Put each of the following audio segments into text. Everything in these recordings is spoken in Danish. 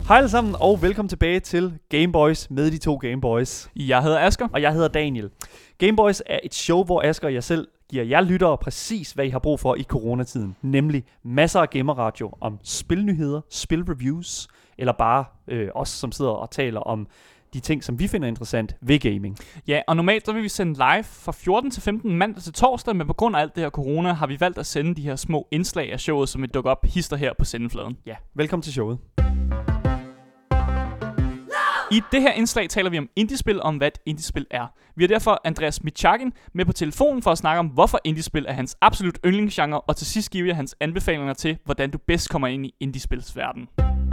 Hej alle sammen, og velkommen tilbage til Gameboys med de to Gameboys. Jeg hedder Asger. Og jeg hedder Daniel. Gameboys er et show, hvor Asger og jeg selv giver jer lyttere præcis, hvad I har brug for i coronatiden. Nemlig masser af gamerradio om spilnyheder, spilreviews, eller bare os, som sidder og taler om de ting, som vi finder interessant ved gaming. Ja, og normalt så vil vi sende live fra 14 til 15 mandag til torsdag, men på grund af alt det her corona, har vi valgt at sende de her små indslag af showet, som vil dukke op hister her på sendefladen. Ja, velkommen til showet. I det her indslag taler vi om indiespil, om hvad et indiespil er. Vi har derfor Andreas Michakin med på telefonen for at snakke om, hvorfor indiespil er hans absolut yndlingsgenre, og til sidst giver jeg hans anbefalinger til, hvordan du bedst kommer ind i indiespilsverdenen.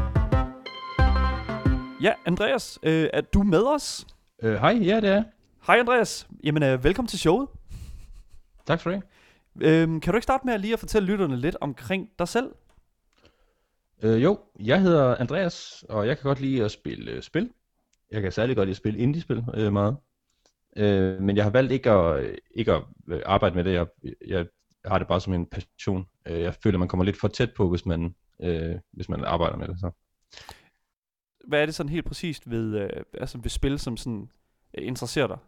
Ja, Andreas, er du med os? Hej, ja det er. Hej Andreas, jamen velkommen til showet. Tak for det. Kan du ikke starte med at lige at fortælle lytterne lidt omkring dig selv? Jo, jeg hedder Andreas, og jeg kan godt lide at spille spil. Jeg kan særlig godt lide at spille indie-spil meget. Men jeg har valgt ikke at arbejde med det. Jeg har det bare som en passion. Jeg føler, man kommer lidt for tæt på, hvis man arbejder med det. Så. Hvad er det sådan helt præcist ved spil, som sådan interesserer dig?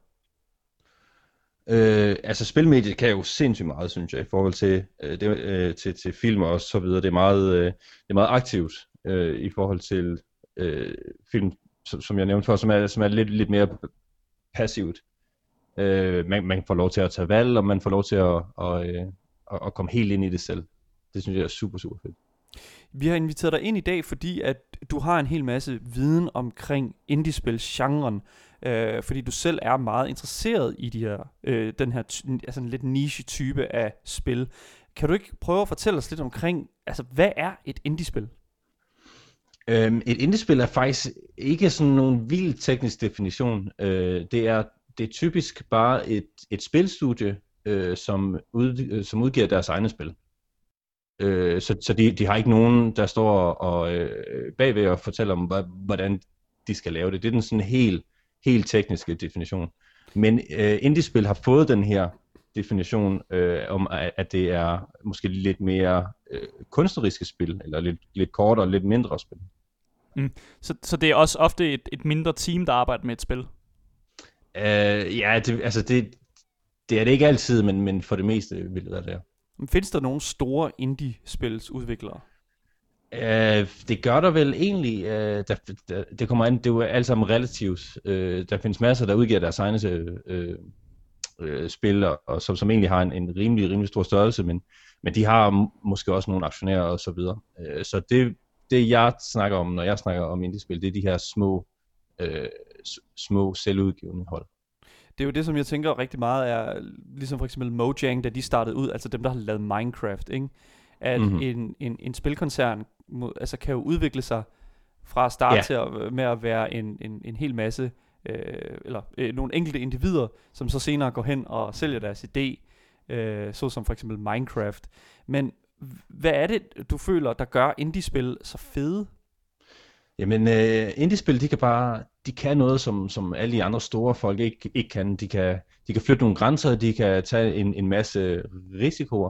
Altså spilmediet kan jo sindssygt meget, synes jeg, i forhold til til film og så videre. Det er meget aktivt i forhold til film, som jeg nævnte før, som er lidt mere passivt. Man får lov til at tage valg, og man får lov til at komme helt ind i det selv. Det synes jeg er super, super fedt. Vi har inviteret dig ind i dag, fordi at du har en hel masse viden omkring indiespil-genren, fordi du selv er meget interesseret i den her altså en lidt niche-type af spil. Kan du ikke prøve at fortælle os lidt omkring, altså hvad er et indiespil? Et indiespil er faktisk ikke sådan nogen vild teknisk definition. Det er typisk bare et spilstudie, som udgiver deres egne spil. Så de har ikke nogen, der står og bagved og fortæller om, hvordan de skal lave det. Det er den sådan helt tekniske definition. Men indiespil har fået den her definition om, at det er måske lidt mere kunstneriske spil, eller lidt kortere og lidt mindre spil. Så det er også ofte et mindre team, der arbejder med et spil? Ja, det er det ikke altid, men for det meste vil det være det. Findes der nogle store indie-spilsudviklere? Det gør der vel egentlig. Det kommer an, det er jo alt sammen relativt. Der findes masser, der udgiver deres egne spil, og som egentlig har en rimelig stor størrelse, men de har måske også nogle aktionærer og så videre. Så det jeg snakker om, når jeg snakker om indie-spil, det er de her små selvudgivende hold. Det er jo det, som jeg tænker rigtig meget er, ligesom for eksempel Mojang, da de startede ud, altså dem, der har lavet Minecraft, ikke? At en spilkoncern altså kan jo udvikle sig fra start til med at være en hel masse, nogle enkelte individer, som så senere går hen og sælger deres idé, så som for eksempel Minecraft. Men hvad er det, du føler, der gør indie-spil så fede? Jamen, indiespil, de kan noget, som alle de andre store folk ikke kan. De kan flytte nogle grænser, de kan tage en masse risikoer,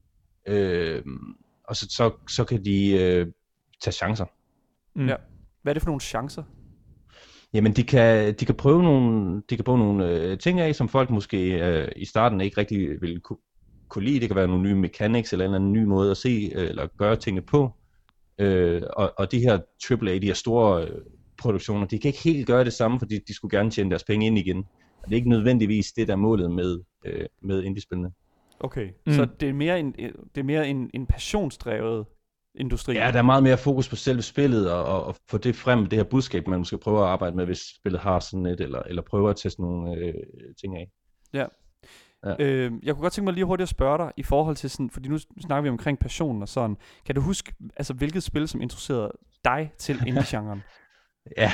og så kan de tage chancer. Ja. Hvad er det for nogle chancer? Jamen, de kan prøve nogle ting af, som folk måske i starten ikke rigtig vil kunne lide. Det kan være nogle nye mechanics, eller en eller anden ny måde at se eller gøre tingene på. Og de her AAA, de her store produktioner, de kan ikke helt gøre det samme, fordi de skulle gerne tjene deres penge ind igen. Og det er ikke nødvendigvis det, der er målet med indiespillene. Okay, så det er mere en passionsdrevet industri? Ja, der er meget mere fokus på selve spillet, og få det frem, det her budskab, man skal prøve at arbejde med, hvis spillet har sådan et, eller prøve at teste nogle ting af. Ja. Jeg kunne godt tænke mig lige hurtigt at spørge dig i forhold til sådan, fordi nu snakker vi omkring passionen og sådan. Kan du huske, altså hvilket spil, som interesserede dig til indie-genren? Ja.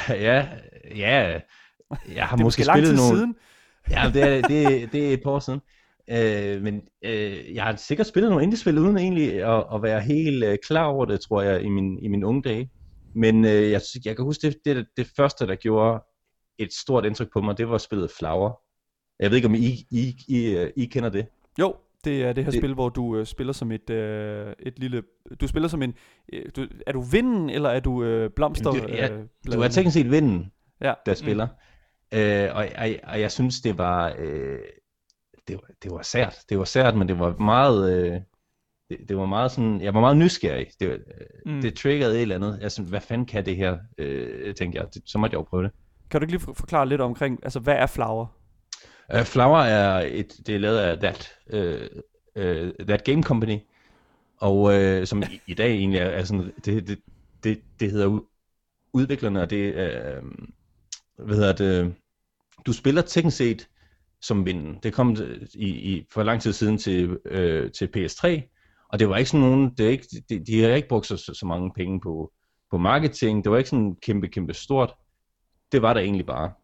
Jeg har det måske lang spillet tid nogle... siden. Ja, det er et par år siden. Men jeg har sikkert spillet nogle indie-spil uden egentlig at være helt klar over det, tror jeg, i min unge dage. Men jeg kan huske, det første, der gjorde et stort indtryk på mig, det var spillet Flower. Jeg ved ikke, om I kender det. Jo, Det er det her spil, hvor du spiller som et lille... Du spiller som en... er du vinden, eller er du blomster? Du er teknisk set vinden, ja. der spiller. Og jeg synes, det var sært. Det var sært, men det var meget... Det var meget sådan... Jeg var meget nysgerrig. Det triggede et eller andet. Jeg synes, hvad fanden kan det her? Tænkte jeg. Så måtte jeg jo prøve det. Kan du ikke lige forklare lidt omkring... Altså, hvad er Flower? Flower er det er lavet af That Game Company, og som i dag egentlig er sådan, det hedder udviklerne, og det du spiller teknisk set som vinden. Det kom for lang tid siden til PS3, og det var ikke sådan nogen, de har ikke brugt så mange penge på marketing, det var ikke sådan kæmpe stort, det var der egentlig bare.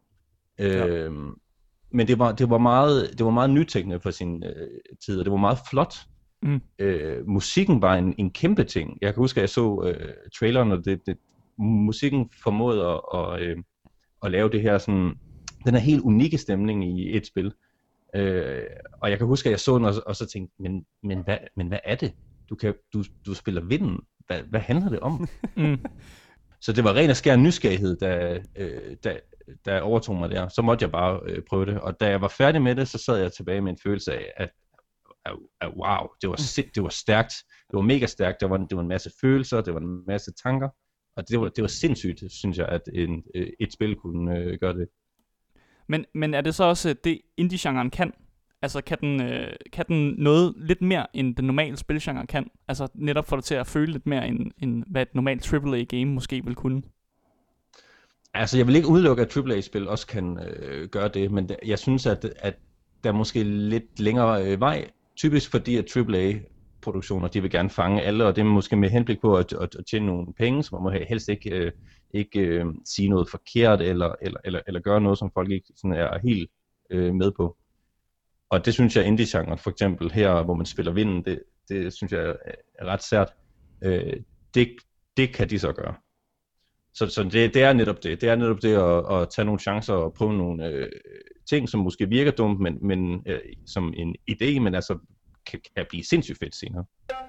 Men det var meget nytænkende for sin tid, og det var meget flot. Musikken var en kæmpe ting. Jeg kan huske, at jeg så traileren, og musikken formåede at lave det her sådan, den her helt unikke stemning i et spil. Og jeg kan huske, at jeg så den, og så tænkte, men hvad er det? Du spiller vinden. Hvad handler det om? Så det var ren og skær nysgerrighed, der overtog mig der. Så måtte jeg bare prøve det. Og da jeg var færdig med det, så sad jeg tilbage med en følelse af, at wow, det var stærkt. Det var mega stærkt. Det var en masse følelser, det var en masse tanker. Og det var sindssygt, synes jeg, at et spil kunne gøre det. Men er det så også det, indie-genren kan? Altså kan den noget lidt mere, end den normale spilgenre kan? Altså netop få dig til at føle lidt mere, end hvad et normalt AAA-game måske vil kunne? Altså jeg vil ikke udelukke, at AAA-spil også kan gøre det, men jeg synes, at der er måske lidt længere vej, typisk fordi at AAA-produktioner, de vil gerne fange alle, og det er måske med henblik på at tjene nogle penge, så man må helst ikke sige noget forkert, eller gøre noget, som folk ikke sådan er helt med på. Og det synes jeg, indie-genren, for eksempel her, hvor man spiller vinden, det synes jeg er ret sært. Det kan de så gøre. Så det er netop det. Det er netop det at tage nogle chancer og prøve nogle ting, som måske virker dumt, men som en idé, men altså kan blive sindssygt fedt senere.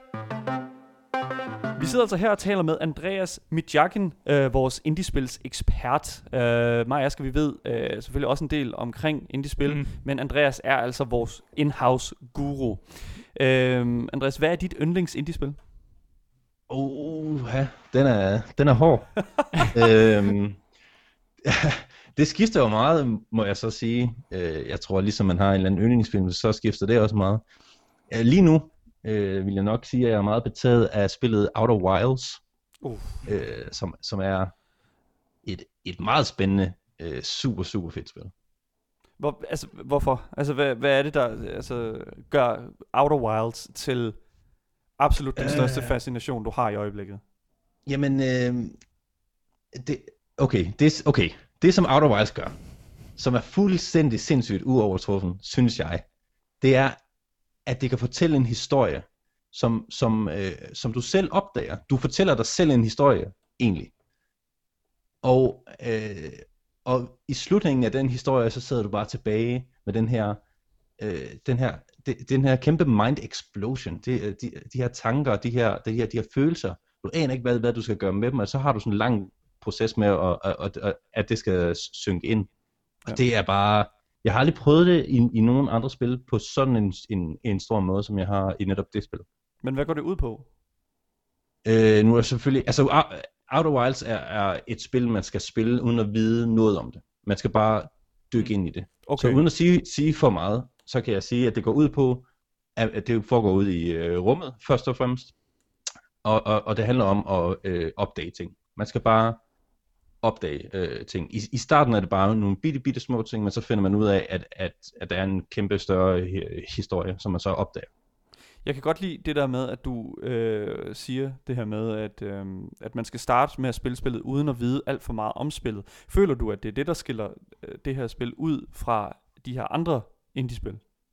Vi sidder altså her og taler med Andreas Midjakin, vores indiespils ekspert. Mig og Asger, vi ved selvfølgelig også en del omkring indiespil, men Andreas er altså vores in-house guru. Andreas, hvad er dit yndlings indiespil? Den er hård. Det skifter jo meget, må jeg så sige. Jeg tror, ligesom man har en eller anden yndlingsfilm, så skifter det også meget. Lige nu vil jeg nok sige, at jeg er meget betaget af spillet Outer Wilds, som er et meget spændende, super fedt spil. Hvorfor? Altså, hvad er det, der gør Outer Wilds til absolut den største fascination, du har i øjeblikket? Jamen, det som Outer Wilds gør, som er fuldstændig sindssygt uovertruffen, synes jeg, det er, at det kan fortælle en historie, som du selv opdager. Du fortæller dig selv en historie, egentlig. Og i slutningen af den historie, så sidder du bare tilbage med den her kæmpe mind explosion. De her tanker, de her følelser. Du aner ikke, hvad du skal gøre med dem, og så har du sådan en lang proces med, at det skal synke ind. Og det er bare... Jeg har aldrig prøvet det i nogen andre spil på sådan en stor måde, som jeg har i netop det spil. Men hvad går det ud på? Nu er selvfølgelig... Altså, Outer Wilds er et spil, man skal spille uden at vide noget om det. Man skal bare dykke ind i det. Okay. Så uden at sige for meget, så kan jeg sige, at det går ud på, at det foregår ud i rummet, først og fremmest. Og det handler om at opdage ting. Man skal bare opdage ting. I starten er det bare nogle bitte små ting, men så finder man ud af, at der er en kæmpe større historie, som man så opdager. Jeg kan godt lide det der med, at du siger det her med, at man skal starte med at spille spillet uden at vide alt for meget om spillet. Føler du, at det er det, der skiller det her spil ud fra de her andre indie-spil?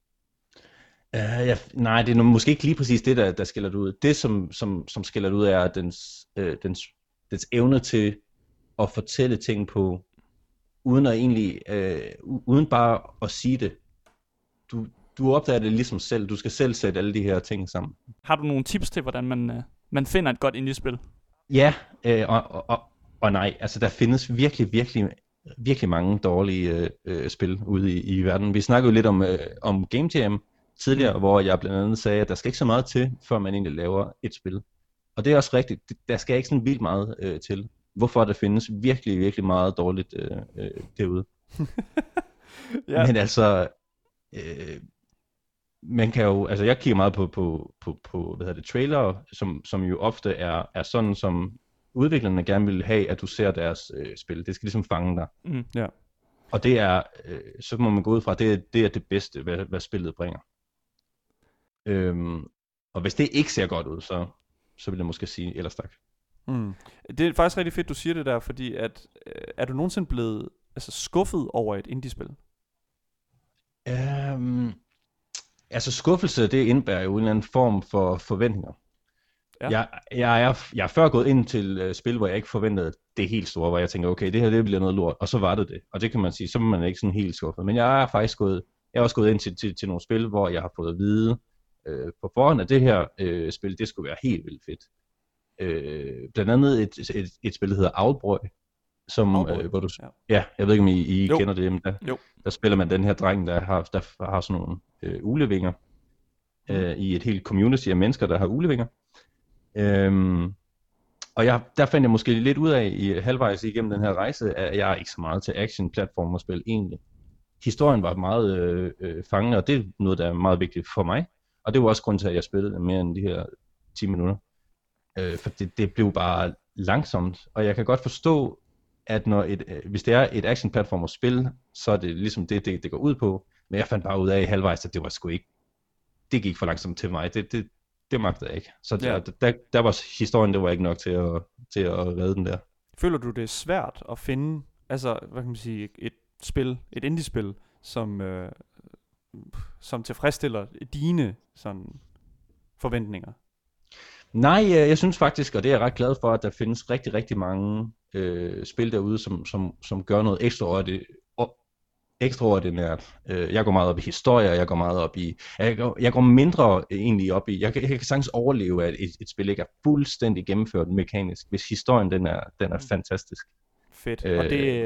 Nej, det er måske ikke lige præcis det, der skiller det ud. Det, som skiller det ud, er dens evne til at fortælle ting på, uden bare at sige det. du opdager det ligesom selv. Du skal selv sætte alle de her ting sammen. Har du nogle tips til, hvordan man finder et godt indie-spil? Ja, og nej. Altså, der findes virkelig mange dårlige spil ude i verden. Vi snakkede jo lidt om Game Jam tidligere, hvor jeg blandt andet sagde, at der skal ikke så meget til, før man egentlig laver et spil. Og det er også rigtigt. Der skal ikke sådan vildt meget til. Hvorfor der findes virkelig meget dårligt derude. Ja. Men altså, man kan jo, altså jeg kigger meget på trailer, som jo ofte er sådan, som udviklerne gerne vil have, at du ser deres spil. Det skal ligesom fange dig. Ja. Og det er, så må man gå ud fra, det er det bedste, hvad spillet bringer. Og hvis det ikke ser godt ud, så vil jeg måske sige ellers tak. Det er faktisk rigtig fedt, du siger det der, fordi at, er du nogensinde blevet skuffet over et indie-spil? Altså skuffelse, det indebærer jo en eller anden form for forventninger. Ja. Jeg er før gået ind til spil, hvor jeg ikke forventede det helt store, hvor jeg tænker, okay, det her det bliver noget lort, og så var det. Og det kan man sige, så er man ikke sådan helt skuffet. Men jeg er også gået ind til nogle spil, hvor jeg har fået at vide på forhånd, at det her spil, det skulle være helt vildt fedt. Blandt andet et spil, der hedder Owlboy, som, hvor du, ja, jeg ved ikke, om I kender det, men der spiller man den her dreng, der har sådan nogle ulevinger, i et helt community af mennesker, der har ulevinger. Og der fandt jeg måske lidt ud af i halvvejs igennem den her rejse, at jeg er ikke så meget til action-platformerspil egentlig. Historien var meget fangende, og det er noget, der er meget vigtigt for mig. Og det var også grund til, at jeg spillede mere end de her 10 minutter. For det blev bare langsomt, og jeg kan godt forstå, at hvis det er et action-platformerspil, så er det ligesom det går ud på. Men jeg fandt bare ud af i halvvejs, at det var sgu ikke, det gik for langsomt til mig. Det magtede jeg ikke. Så der var historien, det var ikke nok til at redde den der. Føler du, det er svært at finde, altså, hvad kan man sige, et indie-spil, som tilfredsstiller dine sådan forventninger? Nej, jeg synes faktisk, og det er jeg ret glad for, at der findes rigtig mange spil derude, som gør noget ekstraordinært. Jeg går meget op i historier, jeg går meget op i, jeg går mindre egentlig op i, jeg kan sagtens overleve, at et spil ikke er fuldstændig gennemført mekanisk, hvis historien den er fantastisk. Fedt, og det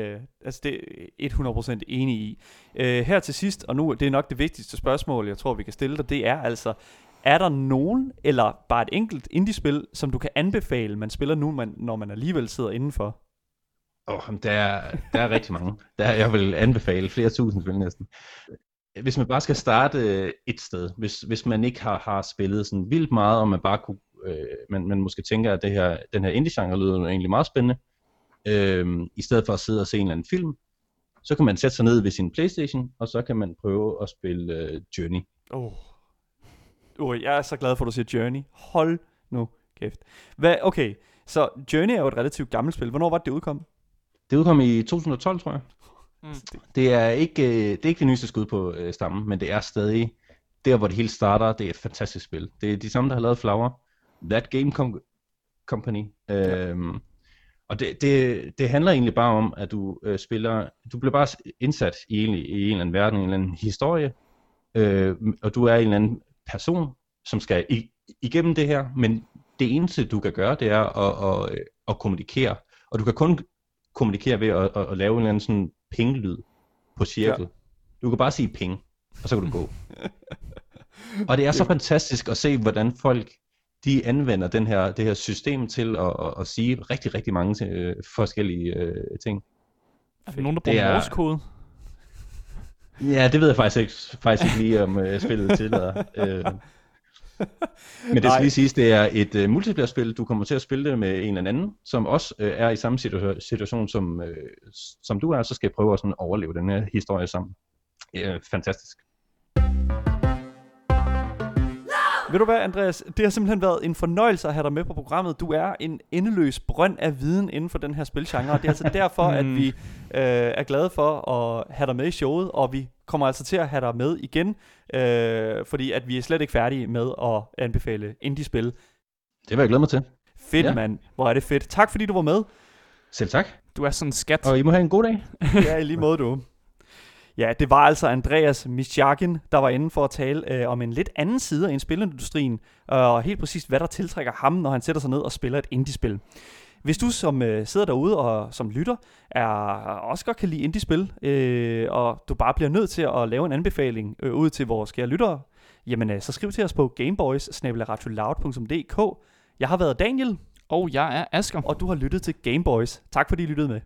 er 100% enig i. Her til sidst, og nu det er nok det vigtigste spørgsmål, jeg tror vi kan stille dig, det er altså, er der nogen, eller bare et enkelt indie-spil, som du kan anbefale, man spiller nu, når man alligevel sidder indenfor? Der er rigtig mange. Jeg vil anbefale flere tusind spil næsten. Hvis man bare skal starte et sted, hvis man ikke har spillet sådan vildt meget, og man bare kunne, man måske tænker, at den her indie-genre lyder egentlig meget spændende, i stedet for at sidde og se en eller anden film, så kan man sætte sig ned ved sin PlayStation, og så kan man prøve at spille Journey. Jeg er så glad for, at du siger Journey. Hold nu kæft. Okay, så Journey er jo et relativt gammelt spil. Hvornår var det udkom? Det udkom i 2012, tror jeg. Det er ikke det nyeste skud på stammen, men det er stadig der, hvor det hele starter. Det er et fantastisk spil. Det er de samme, der har lavet Flower. That Game Company. Og det handler egentlig bare om, at du bliver bare indsat i en eller anden verden, en eller anden historie, og du er en eller anden person, som skal igennem det her, men det eneste du kan gøre, det er at kommunikere, og du kan kun kommunikere ved at lave en eller anden sådan pinglyd på cirkel. Du kan bare sige ping, og så kan du gå. Og det er så fantastisk at se, hvordan folk de anvender det her system til at sige rigtig mange forskellige ting. Er der nogen, der bruger morsekode? Ja, det ved jeg faktisk ikke lige om spillet tillader. Men det skal lige siges, det er et multiplayer-spil. Du kommer til at spille det med en eller anden, som også er i samme situation som du er, så skal jeg prøve at sådan overleve den her historie sammen. Fantastisk. Ved du hvad, Andreas? Det har simpelthen været en fornøjelse at have dig med på programmet. Du er en endeløs brønd af viden inden for den her spilgenre. Det er altså derfor, at vi er glade for at have dig med i showet, og vi kommer altså til at have dig med igen, fordi at vi er slet ikke færdige med at anbefale indie-spil. Det vil jeg glæde mig til. Fedt, mand. Hvor er det fedt. Tak fordi du var med. Selv tak. Du er sådan en skat. Og I må have en god dag. Ja, i lige måde du. Ja, det var altså Andreas Misjagin, der var inde for at tale om en lidt anden side af spilindustrien, og helt præcist, hvad der tiltrækker ham, når han sætter sig ned og spiller et indie-spil. Hvis du som sidder derude og som lytter, også godt kan lide indie-spil, og du bare bliver nødt til at lave en anbefaling ud til vores kære lyttere, jamen så skriv til os på gameboys@radioloud.dk. Jeg har været Daniel. Og jeg er Asger. Og du har lyttet til Gameboys. Tak fordi I lyttede med.